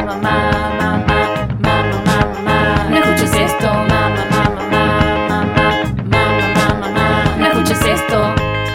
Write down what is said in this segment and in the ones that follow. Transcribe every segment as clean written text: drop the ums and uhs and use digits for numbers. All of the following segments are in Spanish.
No escuches esto. No escuches esto.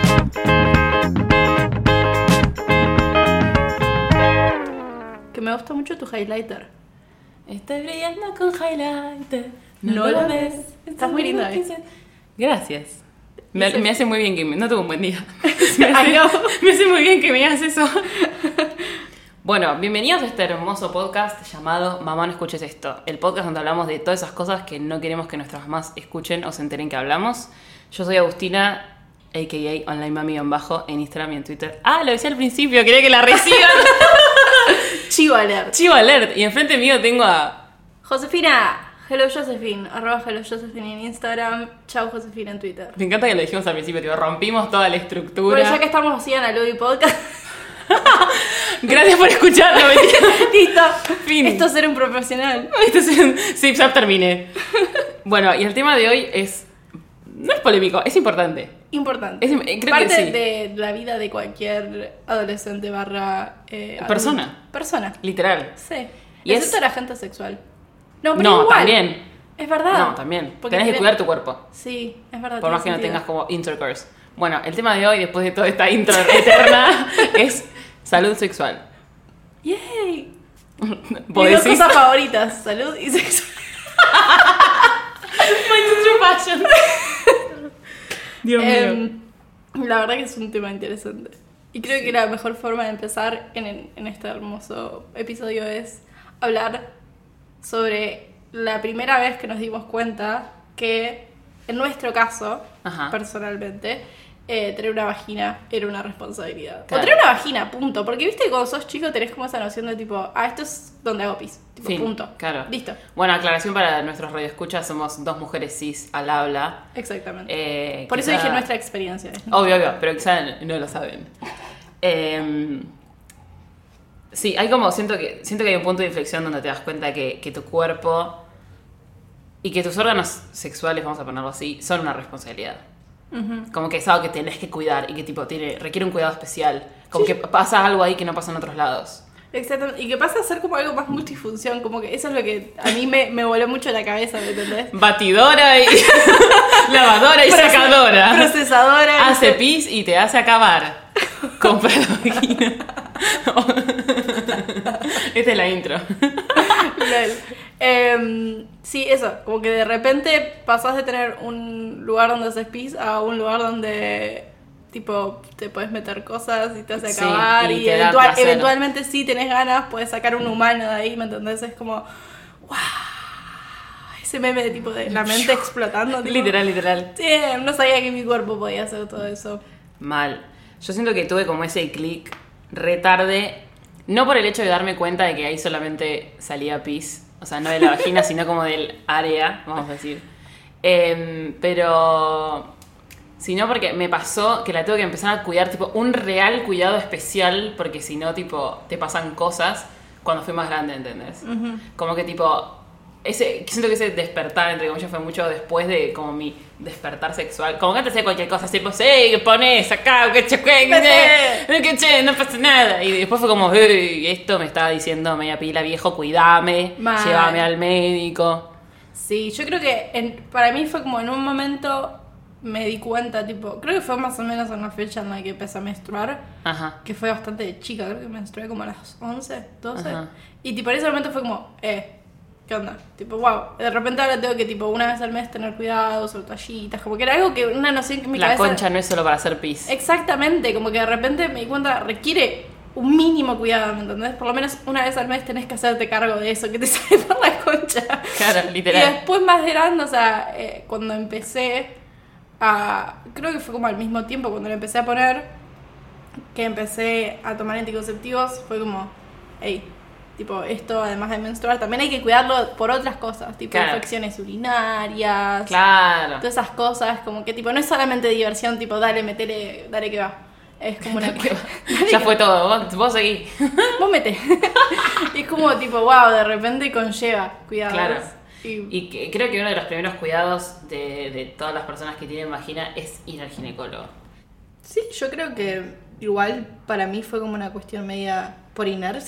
Que me gusta mucho tu highlighter. Estoy brillando con highlighter. No lo ves. Estás muy linda, Gracias. Me hace muy bien que no tuve un buen día. Ay, no. Me hace muy bien que me digas eso. Bueno, bienvenidos a este hermoso podcast llamado Mamá no escuches esto. El podcast donde hablamos de todas esas cosas que no queremos que nuestras mamás escuchen o se enteren que hablamos. Yo soy Agustina, a.k.a. Online Mami _, en Instagram y en Twitter. Ah, lo decía al principio, quería que la reciban. Chivo alert. Chivo alert. Y enfrente mío tengo a... Josefina. Hello Josephine. @Hello Josephine en Instagram. Chau Josefina en Twitter. Me encanta que lo dijimos al principio, tipo, rompimos toda la estructura. Bueno, ya que estamos así en Alubi Podcast. Gracias por escucharlo. Listo. Fin. Esto es ser un profesional. Este es un Zip Zap terminé. Bueno, y el tema de hoy es... No es polémico, es importante. Importante. Creo Parte que sí. de la vida de cualquier adolescente Persona. adulto. Persona. Literal. Sí. Y Excepto la gente sexual. No, pero No, igual. también. Es verdad. No, también. Porque Tenés que cuidar tu cuerpo. Sí, es verdad. Por tiene más que no sentido. tengas como intercourse. Bueno, el tema de hoy, después de toda esta intro eterna, es salud sexual. ¡Yay! ¿Vos Mis dos decís? cosas favoritas, salud y sexual. My true passion. Dios mío. La verdad que es un tema interesante. Y creo que la mejor forma de empezar en este hermoso episodio es hablar sobre la primera vez que nos dimos cuenta que, en nuestro caso, Ajá. personalmente, tener una vagina era una responsabilidad. Claro. O tener una vagina, punto. Porque viste que cuando sos chico tenés como esa noción de tipo, esto es donde hago pis. Tipo, Fin, punto. claro. Listo. Bueno, aclaración para nuestros radioescuchas, somos dos mujeres cis al habla. Exactamente. Por eso Quizá- dije nuestra experiencia. Obvio, pero quizá no lo saben. Sí, hay como, siento que hay un punto de inflexión donde te das cuenta que tu cuerpo y que tus órganos sexuales, vamos a ponerlo así, son una responsabilidad. Como que es algo que tenés que cuidar y que tipo requiere un cuidado especial. Como que pasa algo ahí que no pasa en otros lados. Exactamente. Y que pasa a ser como algo más multifunción. Como que eso es lo que a mí me voló mucho la cabeza, ¿me entendés? Batidora y lavadora y sacadora. Procesadora. Hace pis y te hace acabar. Compra la vagina. Esta es la intro. Sí, eso. Como que de repente pasás de tener un lugar donde haces pis a un lugar donde tipo te puedes meter cosas y te hace Sí, acabar y y te da placer. eventualmente si tenés ganas puedes sacar un humano de ahí, ¿me entendés? Es como wow, ese meme de tipo de la mente explotando tipo, Literal. damn, no sabía que mi cuerpo podía hacer todo eso. Mal. Yo siento que tuve como ese clic re tarde, no por el hecho de darme cuenta de que ahí solamente salía pis, o sea, no de la vagina, sino como del área, vamos a decir. Pero... Sino porque me pasó que la tuve que empezar a cuidar, tipo, un real cuidado especial, porque si no, tipo, te pasan cosas cuando fui más grande, ¿entendés? Como que, tipo, siento que ese despertar, entre comillas, fue mucho después de como mi despertar sexual. Como que antes de cualquier cosa, tipo, ¿qué pones acá? ¿Qué che? No pasa nada. Y después fue como, esto me estaba diciendo media pila, viejo, cuidame, Mal. llévame al médico. Sí, yo creo que para mí fue como en un momento me di cuenta, tipo, creo que fue más o menos en la fecha en la que empecé a menstruar, Ajá. que fue bastante chica, creo que menstrué como a las 11, 12, Ajá. y tipo en ese momento fue como, ¿qué onda? Tipo, wow, de repente ahora tengo que tipo una vez al mes tener cuidado, sobre toallitas, como que era algo que, una noción que en mi La cabeza... concha no es solo para hacer pis. Exactamente, como que de repente me di cuenta, requiere un mínimo cuidado, ¿me entendés? Por lo menos una vez al mes tenés que hacerte cargo de eso, que te sale por la concha. Claro, Y literal. después más grande, o sea, cuando empecé creo que fue como al mismo tiempo cuando lo empecé a poner, que empecé a tomar anticonceptivos, fue como, hey, tipo, esto además de menstruar, también hay que cuidarlo por otras cosas, tipo Claro. infecciones urinarias, Claro. todas esas cosas, como que tipo, no es solamente diversión, tipo, dale, metele, dale que va. Es como una... Ya fue todo, vos seguí. Vos mete. Es como tipo, wow, de repente conlleva cuidados. Claro. Y Y creo que uno de los primeros cuidados de todas las personas que tienen vagina es ir al ginecólogo. sí, yo creo que igual para mí fue como una cuestión media por inercia.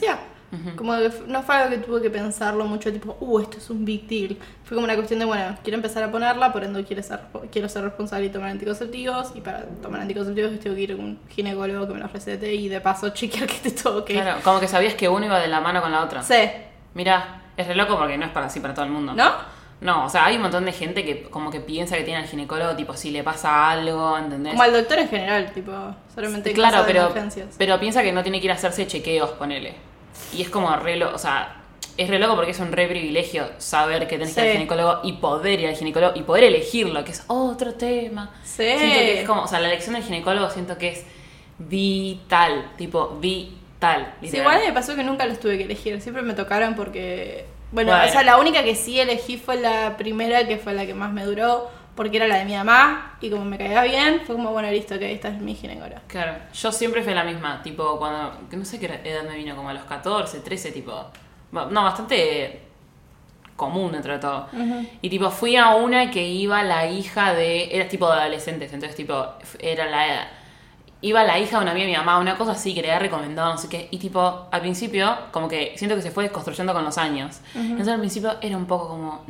Como que no fue algo que tuve que pensarlo mucho, tipo, esto es un big deal. Fue como una cuestión de, bueno, quiero empezar a ponerla, por ende quiero ser responsable y tomar anticonceptivos. Y para tomar anticonceptivos tengo que ir a un ginecólogo que me los recete y de paso chequear que esté todo ok. Claro, como que sabías que uno iba de la mano con la otra. Sí. Mira, es re loco porque no es para así para todo el mundo. ¿No? No, o sea, hay un montón de gente que como que piensa que tiene al ginecólogo, tipo, si le pasa algo, ¿entendés? Como al doctor en general, tipo, solamente en Claro, caso de pero emergencias. piensa que no tiene que ir a hacerse chequeos, ponele. Y es como re loco, o sea, es re loco porque es un re privilegio saber que tenés que ir al ginecólogo y poder ir al ginecólogo y poder elegirlo, que es otro tema. Sí. Siento que es como, o sea, la elección del ginecólogo siento que es vital, tipo, vital. Sí, literal. igual me pasó que nunca los tuve que elegir, siempre me tocaron porque... Bueno, Bueno. o sea, la única que sí elegí fue la primera, que fue la que más me duró, porque era la de mi mamá, y como me caía bien, fue como, bueno, listo, ok, esta es mi ginecóloga. Claro, yo siempre fui la misma, tipo, cuando, que no sé qué edad me vino, como a los 14, 13, tipo, no, bastante común dentro de todo. Y tipo, fui a una que iba la hija de, era tipo de adolescentes, entonces tipo, iba la hija de una amiga de mi mamá, una cosa así que le había recomendado, no sé qué, y tipo, al principio, como que siento que se fue desconstruyendo con los años. Entonces al principio era un poco como...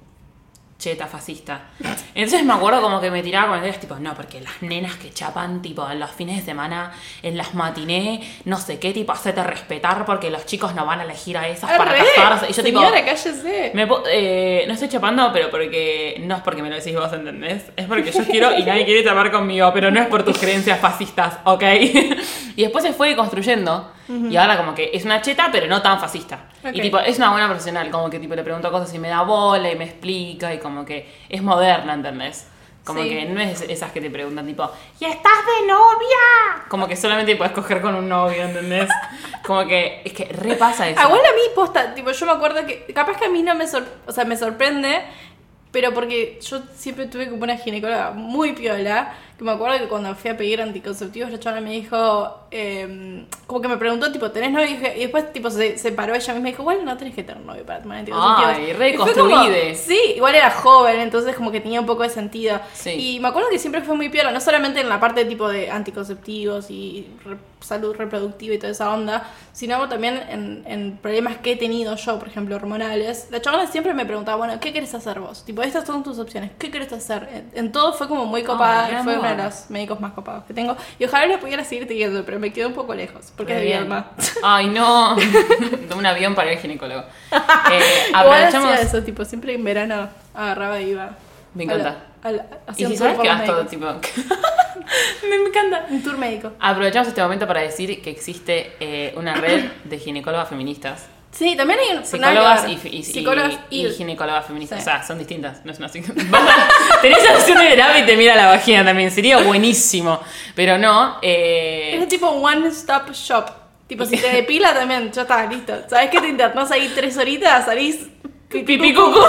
cheta fascista. Entonces me acuerdo como que me tiraba con ideas tipo, no, porque las nenas que chapan tipo en los fines de semana, en las matinés, no sé qué, tipo, hacete respetar porque los chicos no van a elegir a esas para casarse. Y yo señora, tipo, cállese. no estoy chapando, pero porque no es porque me lo decís vos, ¿entendés? Es porque yo quiero y nadie quiere chapar conmigo, pero no es por tus creencias fascistas, ¿ok? Y después se fue construyendo y ahora como que es una cheta, pero no tan fascista. Ok. Y tipo, es una buena profesional, como que tipo le pregunto cosas y me da bola y me explica y como que es moderna, ¿entendés? Como Sí. que no es esas que te preguntan tipo, ¿y estás de novia? Como que solamente puedes coger con un novio, ¿entendés? Como que es que repasa eso. Igual a mí posta, tipo, yo me acuerdo que capaz que a mí no me me sorprende, pero porque yo siempre tuve como una ginecóloga muy piola, que me acuerdo que cuando fui a pedir anticonceptivos, la chavana me dijo, como que me preguntó, tipo, ¿tenés novio? Y después, tipo, se paró ella misma y dijo, igual no tenés que tener novio para tomar anticonceptivos. Ay, Y fue como, reconstruide. sí, igual era joven, entonces como que tenía un poco de sentido. Sí. Y me acuerdo que siempre fue muy piola, no solamente en la parte tipo de anticonceptivos y salud reproductiva y toda esa onda, sino también en problemas que he tenido yo, por ejemplo, hormonales. La chavana siempre me preguntaba, bueno, ¿qué querés hacer vos? Tipo, estas son tus opciones, ¿qué querés hacer? En todo fue como muy copada, Ay, fue amor. uno de los médicos más copados que tengo. Y ojalá lo pudiera seguir teniendo, pero me quedó un poco lejos, porque es de Bien. Viedma. Ay, no. Tomé un avión para ir al ginecólogo. Igual Aprovechamos. hacía eso, tipo, siempre en verano agarraba y iba. Me encanta. Hacía Y un si tour sabes por que los vas todo médicos. tipo. me encanta. Un tour médico. Aprovechamos este momento para decir que existe una red de ginecólogas feministas. Sí, también hay un Psicólogas nada que ver. y psicólogas y ginecólogas feministas. Sí. O sea, son distintas. No es una tenés la opción de terapia y te mira la vagina también. Sería buenísimo. Pero no. Es tipo one stop shop. Tipo, si te depila también, ya está, listo. ¿Sabes que te internás ahí 3 horitas? Salís Pipí cucú.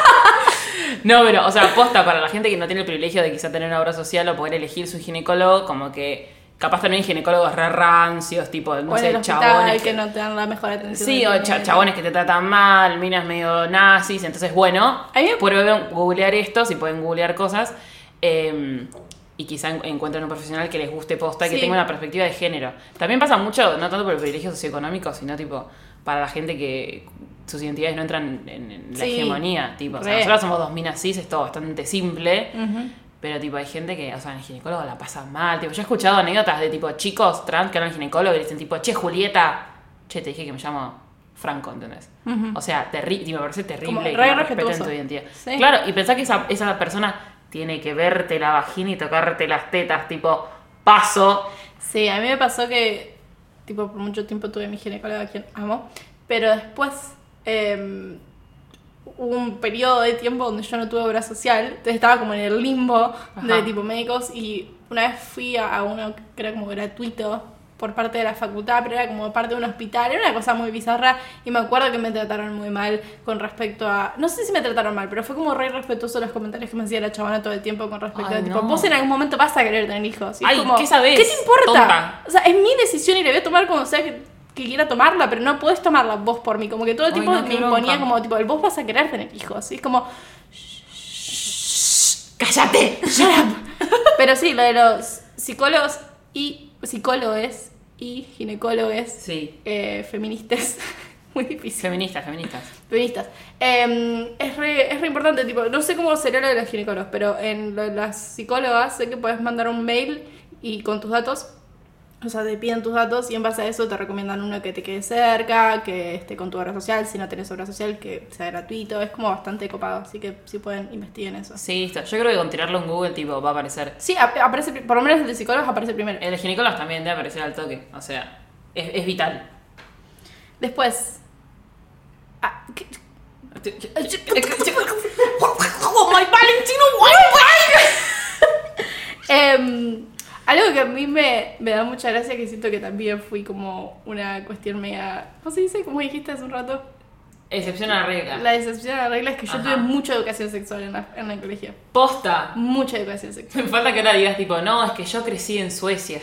No, pero, o sea, posta para la gente que no tiene el privilegio de quizá tener una obra social o poder elegir su ginecólogo, como que capaz también hay ginecólogos re rancios, tipo, no o en sé, el hospital chabones que no te dan la mejor atención. Sí, del o mundo. chabones que te tratan mal, minas medio nazis, entonces bueno, A mí me- pueden googlear esto, si pueden googlear cosas, y quizá encuentren un profesional que les guste posta y que Sí. tenga una perspectiva de género. También pasa mucho, no tanto por el privilegio socioeconómico, sino tipo para la gente que sus identidades no entran en la Sí, hegemonía, tipo, o sea, re. nosotros somos 2 minas cis, es todo bastante simple. Ujú. Pero tipo hay gente que, o sea, en el ginecólogo la pasa mal. Tipo, yo he escuchado anécdotas de tipo chicos trans que van al ginecólogo y dicen tipo, che, Julieta, che, te dije que me llamo Franco, ¿entendés? Ujú. O sea, me parece terrible Como que re no respeten respetuoso. tu identidad. Sí. Claro, y pensá que esa persona tiene que verte la vagina y tocarte las tetas, tipo, paso. Sí, a mí me pasó que, tipo, por mucho tiempo tuve mi ginecóloga, a quien amo, pero después hubo un periodo de tiempo donde yo no tuve obra social, entonces estaba como en el limbo de Ajá. tipo médicos y una vez fui a uno que era como gratuito por parte de la facultad, pero era como parte de un hospital, era una cosa muy bizarra y me acuerdo que me trataron muy mal con respecto a, no sé si me trataron mal, pero fue como re irrespetuoso los comentarios que me hacía la chavana todo el tiempo con respecto Ay, a tipo, no. vos en algún momento vas a querer tener hijos. Y es Ay, como, ¿qué sabés? ¿qué te importa? Tonta. O sea, es mi decisión y la voy a tomar como sea que quiera tomarla, pero no podés tomarla vos por mí. Como que todo el Ay, tiempo no, me qué imponía bronca. como, tipo, vos vas a querer tener hijos. Y es como, ¡Cállate! pero sí, lo de los psicólogos y psicólogos y ginecólogos Sí. feministas. Muy difícil. Feministas. Feministas. Es re importante, tipo, no sé cómo sería lo de los ginecólogos, pero en lo de las psicólogas sé que puedes mandar un mail y con tus datos, o sea, te piden tus datos y en base a eso te recomiendan uno que te quede cerca, que esté con tu obra social, si no tenés obra social, que sea gratuito. Es como bastante copado, así que si pueden, investiguen eso. Sí, listo. Yo creo que con tirarlo en Google, tipo, va a aparecer. Sí, aparece, por lo menos el de psicólogos aparece primero. El de ginecólogos también debe aparecer al toque. O sea, es vital. Después... ¡Oh, my Valentino! Algo que a mí me da mucha gracia, que siento que también fui como una cuestión mega... ¿Cómo se dice? ¿Cómo dijiste hace un rato? Excepción a la regla. La excepción a la regla es que yo Ajá. tuve mucha educación sexual en el colegio. Posta. Mucha educación sexual. Me falta que ahora digas tipo, no, es que yo crecí en Suecia.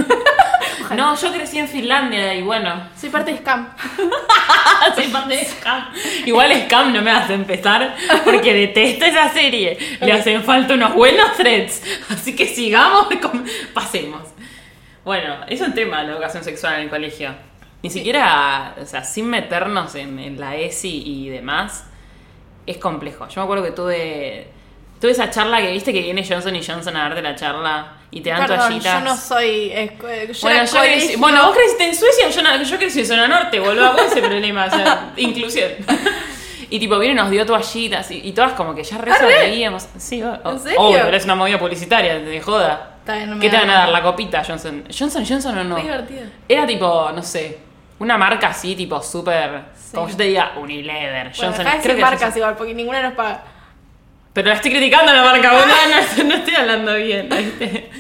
No, yo crecí en Finlandia y bueno. Soy parte de Scam. Soy parte de Scam. Igual Scam no me vas a empezar porque detesto esa serie. Le hacen falta unos buenos threads. Así que sigamos, pasemos. Bueno, es un tema la educación sexual en el colegio. Ni siquiera, o sea, sin meternos en la ESI y demás, es complejo. Yo me acuerdo que tuve esa charla que viste que viene Johnson y Johnson a darte la charla y te dan toallitas. Yo no soy... Bueno, vos creciste en Suecia, yo crecí en zona norte, boludo, ¿cuál es el problema? O sea, inclusión. Y tipo, vino y nos dio toallitas y todas como que ya re sobrevivíamos. Sí, ¿En serio? obvio, pero es una movida publicitaria, te joda. Está bien, no me ¿Qué te da van a nada. dar? ¿La copita, Johnson? ¿Johnson o no? Qué divertido. Era tipo, no sé, una marca así, tipo súper... Sí. Como yo te diga, Unilever, Bueno, Johnson. dejá de creo decir que marcas Johnson. igual, porque ninguna nos paga. Pero la estoy criticando a la marca, boludo, no estoy hablando bien. ¿Viste?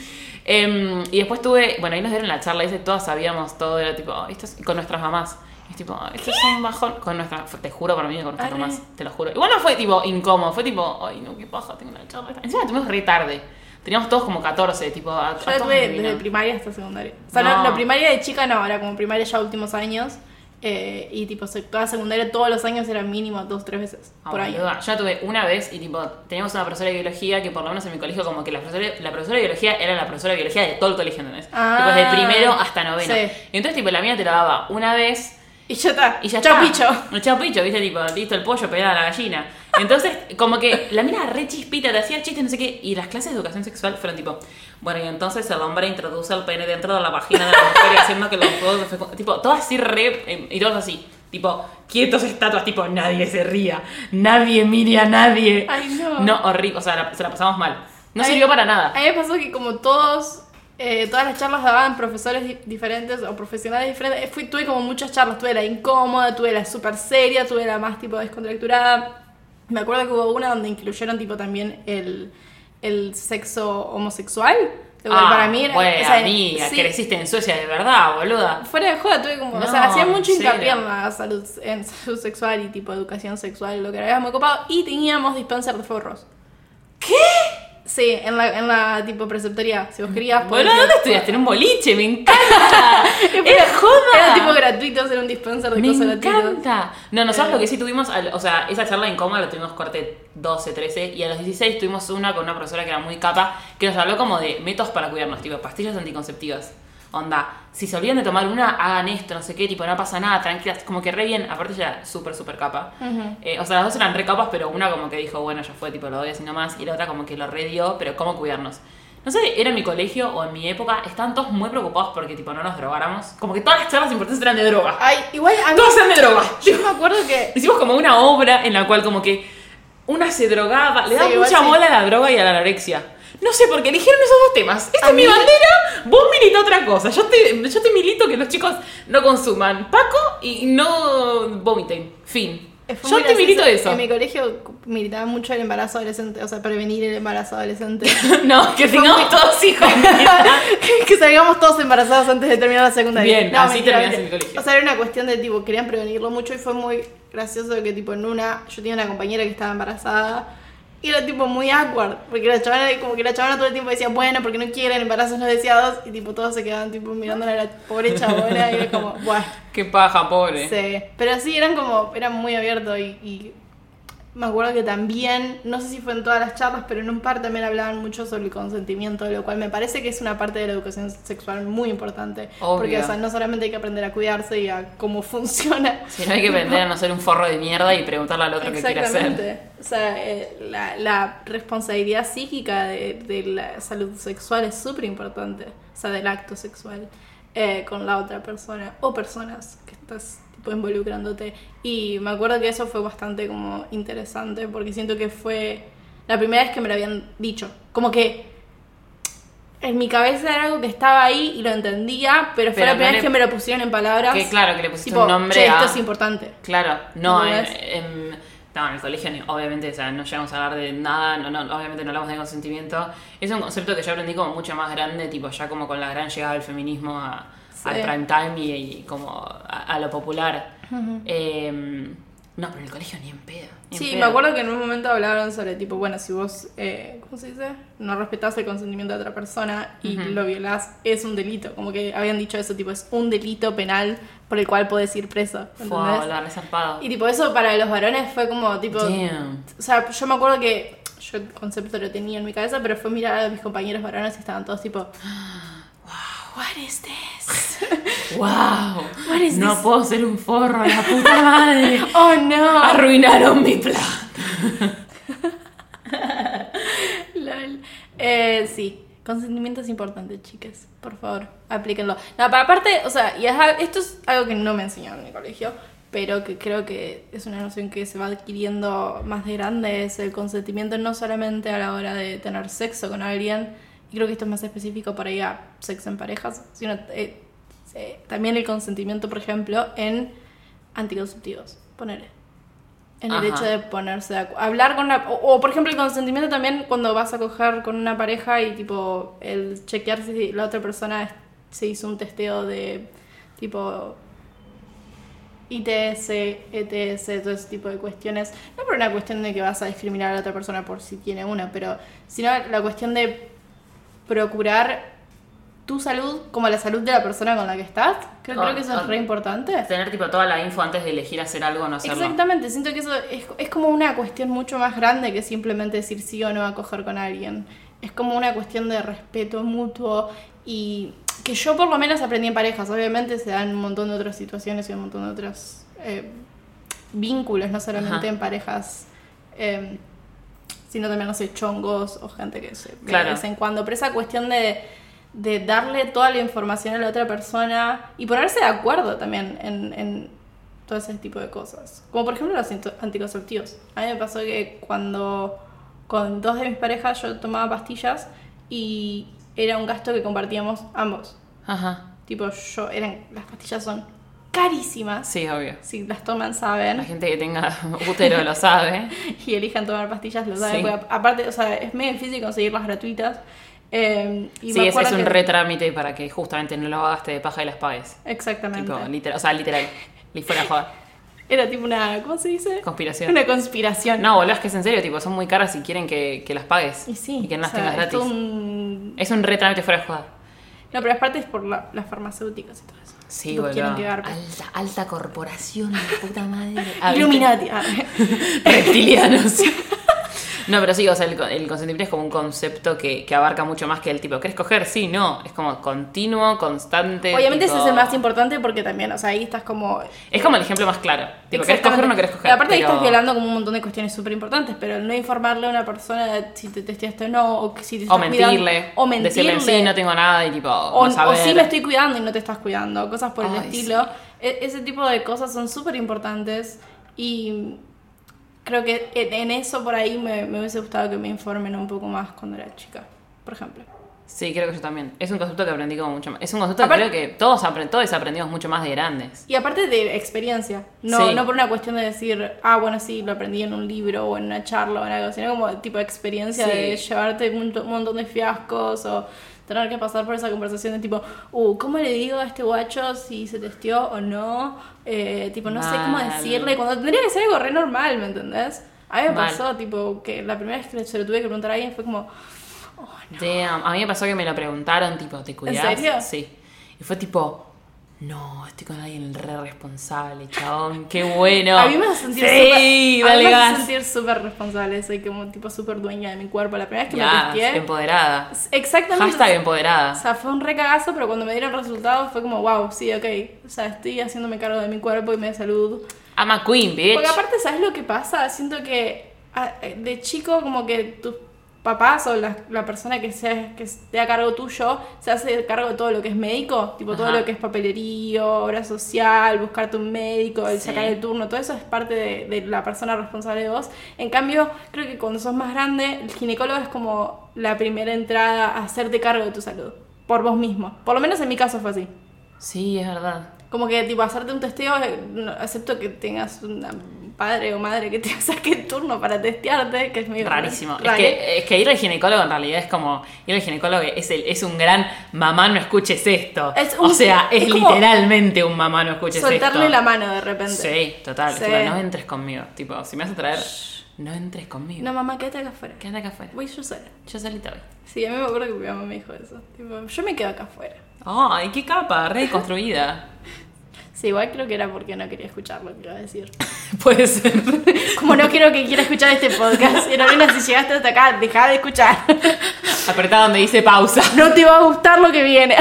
Y después bueno, ahí nos dieron la charla, dice, todas sabíamos todo, era tipo, esto es con nuestras mamás. Y es tipo, esto es un bajón. Con nuestras, te juro por mí que con nuestras Arre. mamás, te lo juro. Igual no fue tipo incómodo, fue tipo, ay no, qué paja, tengo una charla. Encima tuvimos re tarde. Teníamos todos como 14, tipo, a Yo la todos tuve nos desde vino. primaria hasta secundaria. O sea, No. no, primaria de chica no, era como primaria ya últimos años. Y tipo, toda secundaria todos los años era mínimo 2-3 veces por año. Boluda. Yo la tuve una vez y tipo, teníamos una profesora de biología que por lo menos en mi colegio como que la profesora de biología era la profesora de biología de todo el colegio, ¿entendés? Ah, tipo, desde primero hasta noveno. sí. Y entonces tipo la mía te la daba una vez Y ya está. y ya Chau, está. picho. El chau picho, viste, tipo, listo el pollo, pegada a la gallina. Entonces, como que la mina re chispita, te hacía chistes, no sé qué, y las clases de educación sexual fueron tipo, bueno, y entonces el hombre introduce el pene dentro de la vagina de la mujer y haciendo que los huevos se tipo, todo así y todos así. Tipo, quietos estatuas, tipo, nadie se ría, nadie mire a nadie. Ay, no. No, horrible, o sea, se la pasamos mal. No Ay, sirvió para nada. A mí me pasó que como todas las charlas daban profesores diferentes o profesionales diferentes, tuve como muchas charlas, tuve la incómoda, tuve la super seria, tuve la más tipo descontracturada. Me acuerdo que hubo una donde incluyeron tipo también el sexo homosexual. Para mí era, bueno, o sea, amiga, sí, creciste en Suecia de verdad, boluda. fuera de joda tuve como, o No, sea, hacía mucho ¿en hincapié serio? en salud sexual y tipo educación sexual, lo que era muy copado, y teníamos dispenser de forros. ¿Qué? Sí, en la tipo preceptoría, si vos querías. podías Boludo, ir- ¿dónde estudiaste? En un boliche, me encanta. Era ¡Es joda! Era tipo gratuito hacer un dispenser de Me cosas gratuitas. encanta. No, nosotros lo que sí tuvimos, o sea, esa charla incómoda la tuvimos corte 12, 13 y a los 16 tuvimos una con una profesora que era muy capa que nos habló como de métodos para cuidarnos, tipo pastillas anticonceptivas. Onda, si se olvidan de tomar una, hagan esto, no sé qué, tipo, no pasa nada, tranquilas, como que re bien, aparte ella era súper, súper capa. O sea, las dos eran re capas, pero una como que dijo, bueno, ya fue, tipo, lo doy así nomás, y la otra como que lo re dio, pero cómo cuidarnos. No sé, era en mi colegio o en mi época, estaban todos muy preocupados porque, tipo, no nos drogáramos. Como que todas las charlas importantes eran de droga. Ay, igual a mí. Todas eran de droga. Yo me acuerdo que. Hicimos como una obra en la cual como que una se drogaba, le Sí, daba igual mucha sí. bola a la droga y a la anorexia. No sé por qué eligieron esos dos temas. Esta A es mi mí- bandera, vos milita otra cosa. Yo te milito que los chicos no consuman Paco y no vomiten. Fin. fue Yo muy te milito gracioso. eso. En mi colegio militaba mucho el embarazo adolescente, o sea, prevenir el embarazo adolescente. No, que Fue tengamos muy- todos hijos. Que salgamos todos embarazados antes de terminar la secundaria. Bien, así mentira, terminás en mentira. mi colegio. O sea, era una cuestión de tipo, querían prevenirlo mucho y fue muy gracioso que tipo yo tenía una compañera que estaba embarazada y era tipo muy awkward, porque la chavana todo el tiempo decía, bueno, porque no quieren embarazos no deseados y tipo todos se quedaban tipo mirándola a la pobre chabona y era como, bueno, Qué paja, pobre. sí. Pero sí, eran muy abiertos y me acuerdo que también, no sé si fue en todas las charlas, pero en un par también hablaban mucho sobre el consentimiento, lo cual me parece que es una parte de la educación sexual muy importante. Obvio. Porque, o sea, no solamente hay que aprender a cuidarse y a cómo funciona. Si no hay que aprender a no ser un forro de mierda y preguntarle al otro qué quiere hacer. Exactamente. O sea, la responsabilidad psíquica de la salud sexual es súper importante. O sea, del acto sexual con la otra persona o personas que estás tipo involucrándote. Y me acuerdo que eso fue bastante como interesante porque siento que fue la primera vez que me lo habían dicho. Como que en mi cabeza era algo que estaba ahí y lo entendía, pero fue la primera vez que me lo pusieron en palabras. Que claro, que le pusiste tipo, un nombre che, a... esto es importante. Claro, no, ¿No en el colegio obviamente, o sea, no llegamos a hablar de nada, obviamente no hablamos de consentimiento. Es un concepto que yo aprendí como mucho más grande, tipo ya como con la gran llegada del feminismo al prime time y como a lo popular. No, pero en el colegio ni en pedo. Sí, me acuerdo que en un momento hablaron sobre tipo, bueno, si vos, ¿cómo se dice? No respetás el consentimiento de otra persona y lo violás, es un delito. Como que habían dicho eso, tipo, es un delito penal por el cual podés ir preso. ¿Entendés? La resarpada. Y tipo, eso para los varones fue como, tipo... Damn. O sea, yo me acuerdo que yo el concepto lo tenía en mi cabeza, pero fue mirar a mis compañeros varones y estaban todos tipo... What is this? Wow. What is no this? puedo ser un forro, la puta madre. Oh no. Arruinaron mi plan. Lol. Sí, consentimiento es importante, chicas. Por favor, aplíquenlo. No, pero aparte, o sea, esto es algo que no me enseñaron en el colegio, pero que creo que es una noción que se va adquiriendo más de grande, es el consentimiento no solamente a la hora de tener sexo con alguien, y creo que esto es más específico para ir a sexo en parejas, sino también el consentimiento, por ejemplo, en anticonceptivos, ponele. En el hecho de ponerse de acuerdo. Hablar con o, por ejemplo, el consentimiento también cuando vas a coger con una pareja y, tipo, el chequear si la otra persona se hizo un testeo de, tipo, ITS, ETS, todo ese tipo de cuestiones. No por una cuestión de que vas a discriminar a la otra persona por si tiene una, pero sino la cuestión de procurar tu salud como la salud de la persona con la que estás. Creo que eso es re importante. Tener tipo toda la info antes de elegir hacer algo o no hacerlo. Exactamente, siento que eso es como una cuestión mucho más grande que simplemente decir sí o no a coger con alguien. Es como una cuestión de respeto mutuo y que yo por lo menos aprendí en parejas. Obviamente se dan un montón de otras situaciones y un montón de otros vínculos, no solamente en parejas, sino también, no sé, chongos o gente que se ve de vez en cuando. Pero esa cuestión de darle toda la información a la otra persona y ponerse de acuerdo también en todo ese tipo de cosas. Como por ejemplo los anticonceptivos. A mí me pasó que cuando con dos de mis parejas yo tomaba pastillas y era un gasto que compartíamos ambos. Ajá. Tipo, las pastillas son carísimas. Sí, obvio. Si las toman, saben. La gente que tenga útero lo sabe. Y elijan tomar pastillas, lo saben. Sí. Porque aparte, o sea, es medio difícil conseguirlas gratuitas. Y sí, ese es un retrámite para que justamente no lo gastes de paja y las pagues. Exactamente. Tipo, literal. Y fuera joder. Era tipo una, ¿cómo se dice? Conspiración. Una conspiración. No, boludo, es que es en serio, tipo, son muy caras y quieren que las pagues. Y sí. Y que no las o sea, tengas gratis. Es un retrámite fuera de joder. No, pero aparte es por las farmacéuticas y todo eso. Sí, Tipo, quieren boludo. que garpe. Alta corporación, la puta madre. Illuminati. Reptilianos. No, pero sí, o sea, el consentimiento es como un concepto que abarca mucho más que el tipo, ¿querés coger? Sí, no. Es como continuo, constante. Obviamente tipo... ese es el más importante porque también, o sea, ahí estás como... Es como el ejemplo más claro. Tipo, ¿querés coger o no querés coger? Y aparte ahí estás violando como un montón de cuestiones súper importantes, pero el no informarle a una persona de si te testeaste o no, o si te estás mentirle. O mentirle. Decirle, sí, no tengo nada y tipo, o saber. sí me estoy cuidando y no te estás cuidando. Cosas por el Ay, estilo. Sí. Ese tipo de cosas son súper importantes y... Creo que en eso por ahí me hubiese gustado que me informen un poco más cuando era chica, por ejemplo. Sí, creo que yo también. Es un concepto que aprendí como mucho más. Es un concepto que creo que todos aprendimos mucho más de grandes. Y aparte de experiencia, no por una cuestión de decir, bueno, sí, lo aprendí en un libro o en una charla o en algo, sino como tipo experiencia de llevarte un montón de fiascos o tener que pasar por esa conversación de tipo, ¿cómo le digo a este guacho si se testeó o no? Tipo, no sé cómo decirle, cuando tendría que ser algo re normal, ¿me entendés? A mí me pasó, tipo, que la primera vez que se lo tuve que preguntar a alguien fue como, no. Damn. A mí me pasó que me lo preguntaron, tipo, ¿te cuidás? ¿En serio? Sí. Y fue tipo, no, estoy con alguien re responsable, chabón, qué bueno. A mí me hace sentir sí, súper, a mí dale me hace gas. sentir súper responsable, soy como tipo súper dueña de mi cuerpo. La primera vez que me Ya, testeé, empoderada. exactamente. Hashtag empoderada. O sea, fue un recagazo, pero cuando me dieron resultados fue como, wow, sí, ok. O sea, estoy haciéndome cargo de mi cuerpo y mi salud. I'm a queen, bitch. Porque aparte, ¿sabes lo que pasa? Siento que de chico como que tus papás o la persona que esté a cargo tuyo se hace cargo de todo lo que es médico, tipo todo Ajá. lo que es papelería, obra social, buscarte un médico, el Sí. sacar el turno, todo eso es parte de la persona responsable de vos. En cambio, creo que cuando sos más grande, el ginecólogo es como la primera entrada a hacerte cargo de tu salud, por vos mismo. Por lo menos en mi caso fue así. Sí, es verdad. Como que, tipo, hacerte un testeo, acepto que tengas un padre o madre que te saque el turno para testearte, que es medio Rarísimo. raro. Es que ir al ginecólogo en realidad es como... Ir al ginecólogo es un gran mamá, no escuches esto. O sea, es como literalmente un mamá, no escuches esto. soltarle la mano de repente. Sí, total. Sí. Tipo, no entres conmigo. Tipo, si me vas a traer, no entres conmigo. No, mamá, quédate acá afuera. Quédate acá afuera. Voy yo sola. Yo solita voy. Sí, a mí me acuerdo que mi mamá me dijo eso. Tipo, yo me quedo acá afuera. Ay, qué capa, re construida. Sí, igual creo que era porque no quería escuchar lo que iba a decir. Puede ser. Como no quiero que quiera escuchar este podcast. Carolina, si llegaste hasta acá, dejá de escuchar. Apretá donde dice pausa. No te va a gustar lo que viene.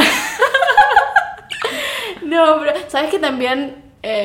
No, pero ¿sabes que también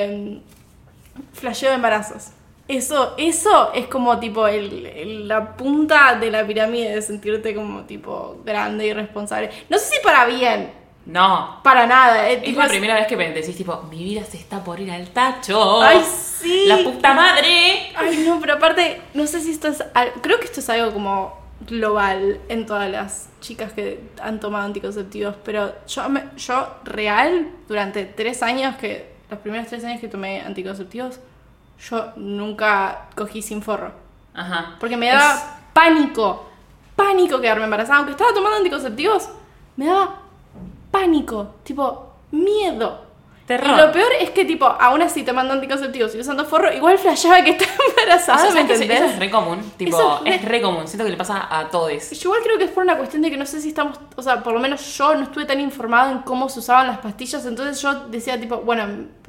flasheo de embarazos? Eso es como tipo la punta de la pirámide de sentirte como tipo grande y responsable. No sé si para bien, No. para nada. Es Tipo, la primera vez que me decís, tipo, mi vida se está por ir al tacho. Ay, sí. La puta madre. Ay, no, pero aparte, no sé si esto es... Creo que esto es algo como global en todas las chicas que han tomado anticonceptivos, pero yo real, durante 3 años, los primeros 3 años que tomé anticonceptivos, yo nunca cogí sin forro. Ajá. Porque me daba pánico quedarme embarazada. Aunque estaba tomando anticonceptivos, me daba pánico, tipo, miedo. Terror. Y lo peor es que, tipo, aún así tomando anticonceptivos y usando forro, igual flasheaba que estaba embarazada, Eso, ¿me ¿sabes qué? entendés? Eso es re común. Tipo, Eso es es re común. Siento que le pasa a todos. Yo igual creo que es por una cuestión de que no sé si estamos, o sea, por lo menos yo no estuve tan informada en cómo se usaban las pastillas, entonces yo decía, tipo, bueno,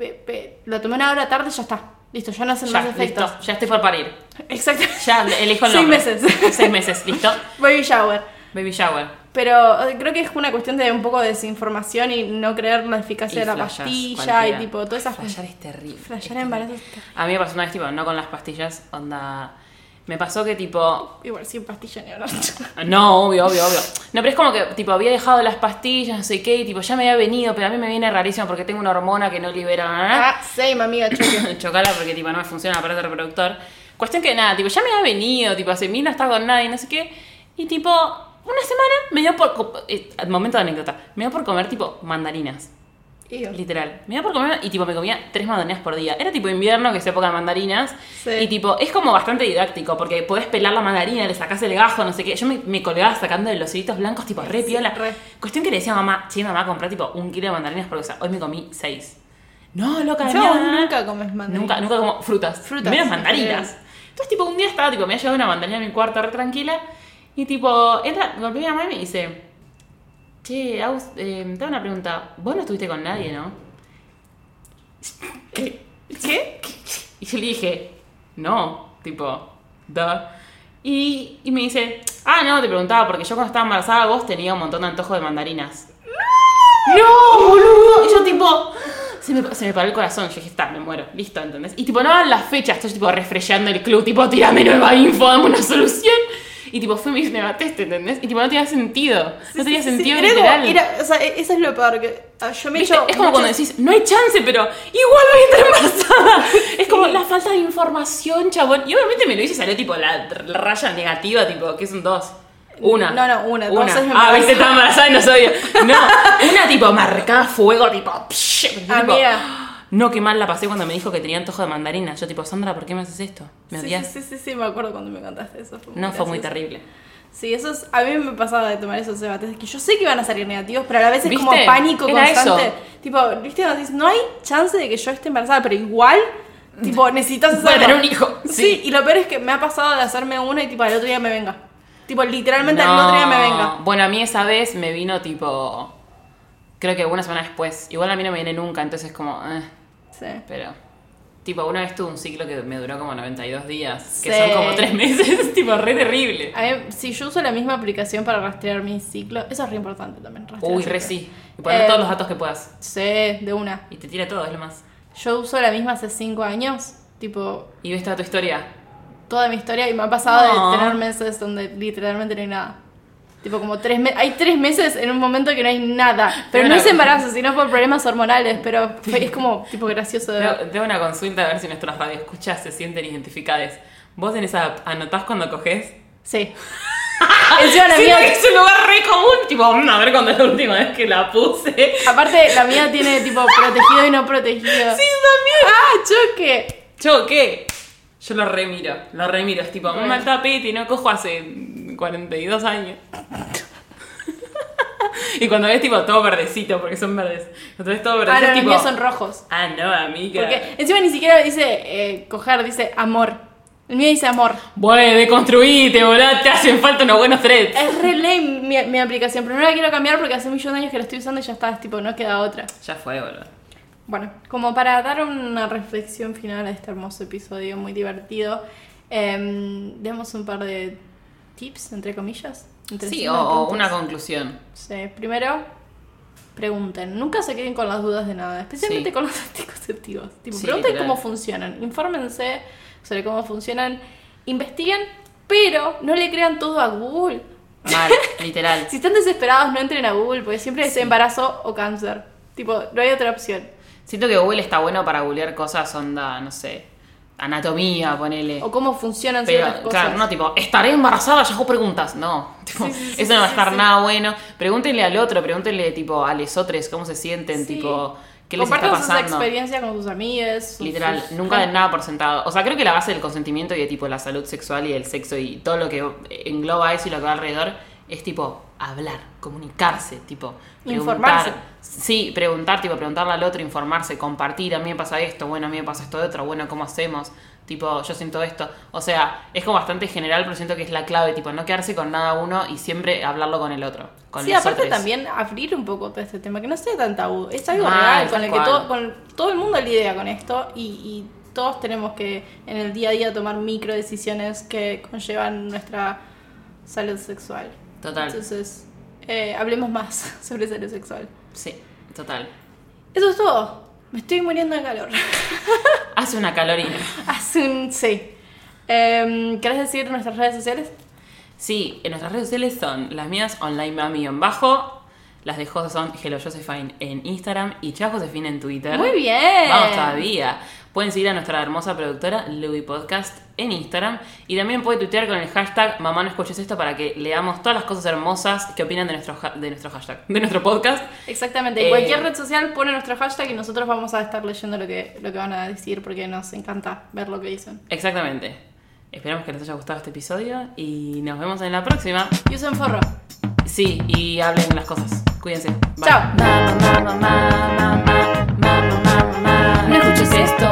lo tomé una hora tarde, ya está. Listo, ya no hacen Ya, más efectos. listo. Ya estoy por parir. Exacto. Ya elijo el 6 nombre. meses. 6 meses, listo. Baby shower. Baby shower. Pero creo que es una cuestión de un poco de desinformación y no creer la eficacia de la flashás pastilla cualquiera. y tipo todas esas Flashear es terrible. Flashear embarazos. A mí me pasó una vez, tipo, no con las pastillas, onda... Me pasó que, tipo... Igual sin pastilla ni hablar. No, obvio. No, pero es como que, tipo, había dejado las pastillas, no sé qué, y, tipo, ya me había venido, pero a mí me viene rarísimo porque tengo una hormona que no libera... Ah, same, amiga, choque. Chocala porque, tipo, no me funciona el aparato reproductor. Cuestión que nada, tipo, ya me había venido, tipo, hace mil no estaba con nadie, no sé qué, y, tipo, una semana me dio por... momento de anécdota. Me dio por comer, tipo, mandarinas. Ew. Literal. Me dio por comer y tipo me comía 3 mandarinas por día. Era tipo invierno, que es época de mandarinas. Sí. Y tipo, es como bastante didáctico porque podés pelar la mandarina, le sacás el gajo, no sé qué. Yo me colgaba sacando de los hilitos blancos, tipo re Sí, piola. re. Cuestión que le decía a mamá, che, mamá, compré tipo 1 kilo de mandarinas porque, o sea, hoy me comí 6. No, loca, Encima vos mía. nunca comes mandarinas. Nunca como frutas. Frutas, Menos en mandarinas. general. Entonces, tipo, un día estaba, tipo, me había llevado una mandarina en mi cuarto re tranquila. Y tipo, entra, golpeé a mi mamá y me dice, che, Aus, te hago una pregunta. Vos no estuviste con nadie, ¿no? ¿Qué? Y yo le dije, no, tipo, da. Y me dice, no, te preguntaba porque yo cuando estaba embarazada vos tenía un montón de antojo de mandarinas. ¡No, boludo! Y yo tipo, se me paró el corazón. Yo dije, está, me muero, listo, ¿entendés? Y tipo, no daban las fechas, estoy tipo refreshando el club, tipo, tirame nueva info, dame una solución. Y tipo, fui mi negatest, ¿entendés? Y tipo, no tenía sentido. No tenía sentido Era literal. como- o sea, eso es lo peor. Que, yo me he ¿Viste? hecho Es como cuando muchas- decís, no hay chance, pero igual voy a estar embarazada. Es como la falta de información, chabón. Y obviamente me lo hice y salió tipo la raya negativa, tipo, que son 2. Una. No, una. 2 es viste, estaba embarazada y no sabía. No, una tipo marcada fuego, tipo, psh, tipo, Amiga. no, qué mal la pasé cuando me dijo que tenía antojo de mandarina. Yo tipo, Sandra, ¿por qué me haces esto? ¿Me odias? Sí, me acuerdo cuando me contaste eso. No, fue muy gracioso. terrible. Sí, a mí me pasaba de tomar esos debates, que yo sé que iban a salir negativos, pero a la vez es ¿Viste? como pánico Era constante. eso. Tipo, ¿viste? Cuando dices, no hay chance de que yo esté embarazada, pero igual, tipo, necesitas Voy a hacerlo. tener un hijo. Sí, y lo peor es que me ha pasado de hacerme uno y tipo al otro día me venga. Tipo, literalmente al otro día me venga. Bueno, a mí esa vez me vino tipo... creo que una semana después. Igual a mí no me viene nunca, entonces como... Sí. Pero... Tipo, una vez tuve un ciclo que me duró como 92 días, que Sí. son como 3 meses, tipo, re terrible. A mí, si yo uso la misma aplicación para rastrear mis ciclos, eso es re importante también. rastrear Uy, re ciclos. sí. Y poner todos los datos que puedas. Sí, de una. Y te tira todo, es lo más. Yo uso la misma hace 5 años, tipo, Y ves toda tu historia. toda mi historia, y me ha pasado No. de tener meses donde literalmente no hay nada. Tipo, como 3 meses. Hay 3 meses en un momento que no hay nada. Pero no es embarazo, sino por problemas hormonales. Pero es como, tipo, gracioso de ver. Tengo una consulta a ver si nuestras radioescuchas se sienten identificadas. ¿Vos en esa app anotás cuando cogés? Sí. Encima la Siento mía. que es un lugar re común. Tipo, a ver cuándo es la última vez que la puse. Aparte, la mía tiene, tipo, protegido y no protegido. Sí, también. ¡Ah, choque! Yo, ¿qué? Yo lo remiro. Es tipo, Bueno. mal tapete y no cojo hace 42 años. Y cuando ves tipo todo verdecito, porque son verdes. Cuando ves todo Ah, verdecito, no, los tipo... míos son rojos. Ah, no, amiga. Porque encima ni siquiera dice coger, dice amor. El mío dice amor. Bueno, deconstruite, boludo. Te hacen falta unos buenos threads. Es re lame mi aplicación, pero no la quiero cambiar porque hace millones de años que la estoy usando y ya está, tipo, no queda otra. Ya fue, boludo. Bueno, como para dar una reflexión final a este hermoso episodio muy divertido, demos un par de tips, entre comillas. Entre Sí, signos de o puntos. una conclusión. Sí, primero, pregunten. Nunca se queden con las dudas de nada, especialmente Sí. con los anticonceptivos. Tipo, Sí, pregunten literal. cómo funcionan, infórmense sobre cómo funcionan, investiguen, pero no le crean todo a Google. Mal, literal. Si están desesperados, no entren a Google, porque siempre es embarazo o cáncer. Tipo, no hay otra opción. Siento que Google está bueno para googlear cosas onda, no sé, anatomía, ponele. O cómo funcionan Pero, ciertas cosas. claro, no tipo, ¿estaré embarazada? Ya hago preguntas. No, tipo, Sí, eso no va a estar sí. nada bueno. Pregúntenle al otro, pregúntenle tipo a lesotres cómo se sienten, Sí. tipo, ¿qué les está Compartan sus pasando? experiencias con sus amigas. Literal, nunca den nada por sentado. O sea, creo que la base del consentimiento y de tipo la salud sexual y el sexo y todo lo que engloba eso y lo que va alrededor es tipo hablar, comunicarse, tipo preguntar. Informarse. Sí, preguntar, tipo preguntarle al otro, informarse, compartir, a mí me pasa esto, bueno, a mí me pasa esto otro, bueno, ¿cómo hacemos? Tipo, yo siento esto. O sea, es como bastante general, pero siento que es la clave, tipo, no quedarse con nada uno y siempre hablarlo con el otro. Con Sí, los aparte otros. también abrir un poco todo este tema, que no sea tan tabú. Es algo Mal, real, con tal el que cual. todo el mundo lidia con esto y todos tenemos que en el día a día tomar micro decisiones que conllevan nuestra salud sexual. Total. Entonces, hablemos más sobre salud sexual. Sí, total. Eso es todo. Me estoy muriendo de calor. Hace una calorina. Sí. ¿Querés decir nuestras redes sociales? Sí, en nuestras redes sociales son las mías, onlinemami_, las de José son Hello Josephine en Instagram y Chao Josefine en Twitter. Muy bien. Vamos todavía. Pueden seguir a nuestra hermosa productora Louis Podcast en Instagram y también pueden tuitear con el hashtag Mamá no escuches esto para que leamos todas las cosas hermosas que opinan de nuestro hashtag, de nuestro podcast. Exactamente. En cualquier red social pone nuestro hashtag y nosotros vamos a estar leyendo lo que van a decir porque nos encanta ver lo que dicen. Exactamente. Esperamos que les haya gustado este episodio y nos vemos en la próxima. Y usen forro. Sí, y hablen las cosas. Cuídense. Bye. Chao. Mamá, mamá, mamá, mamá, mamá, mamá. No escuches esto.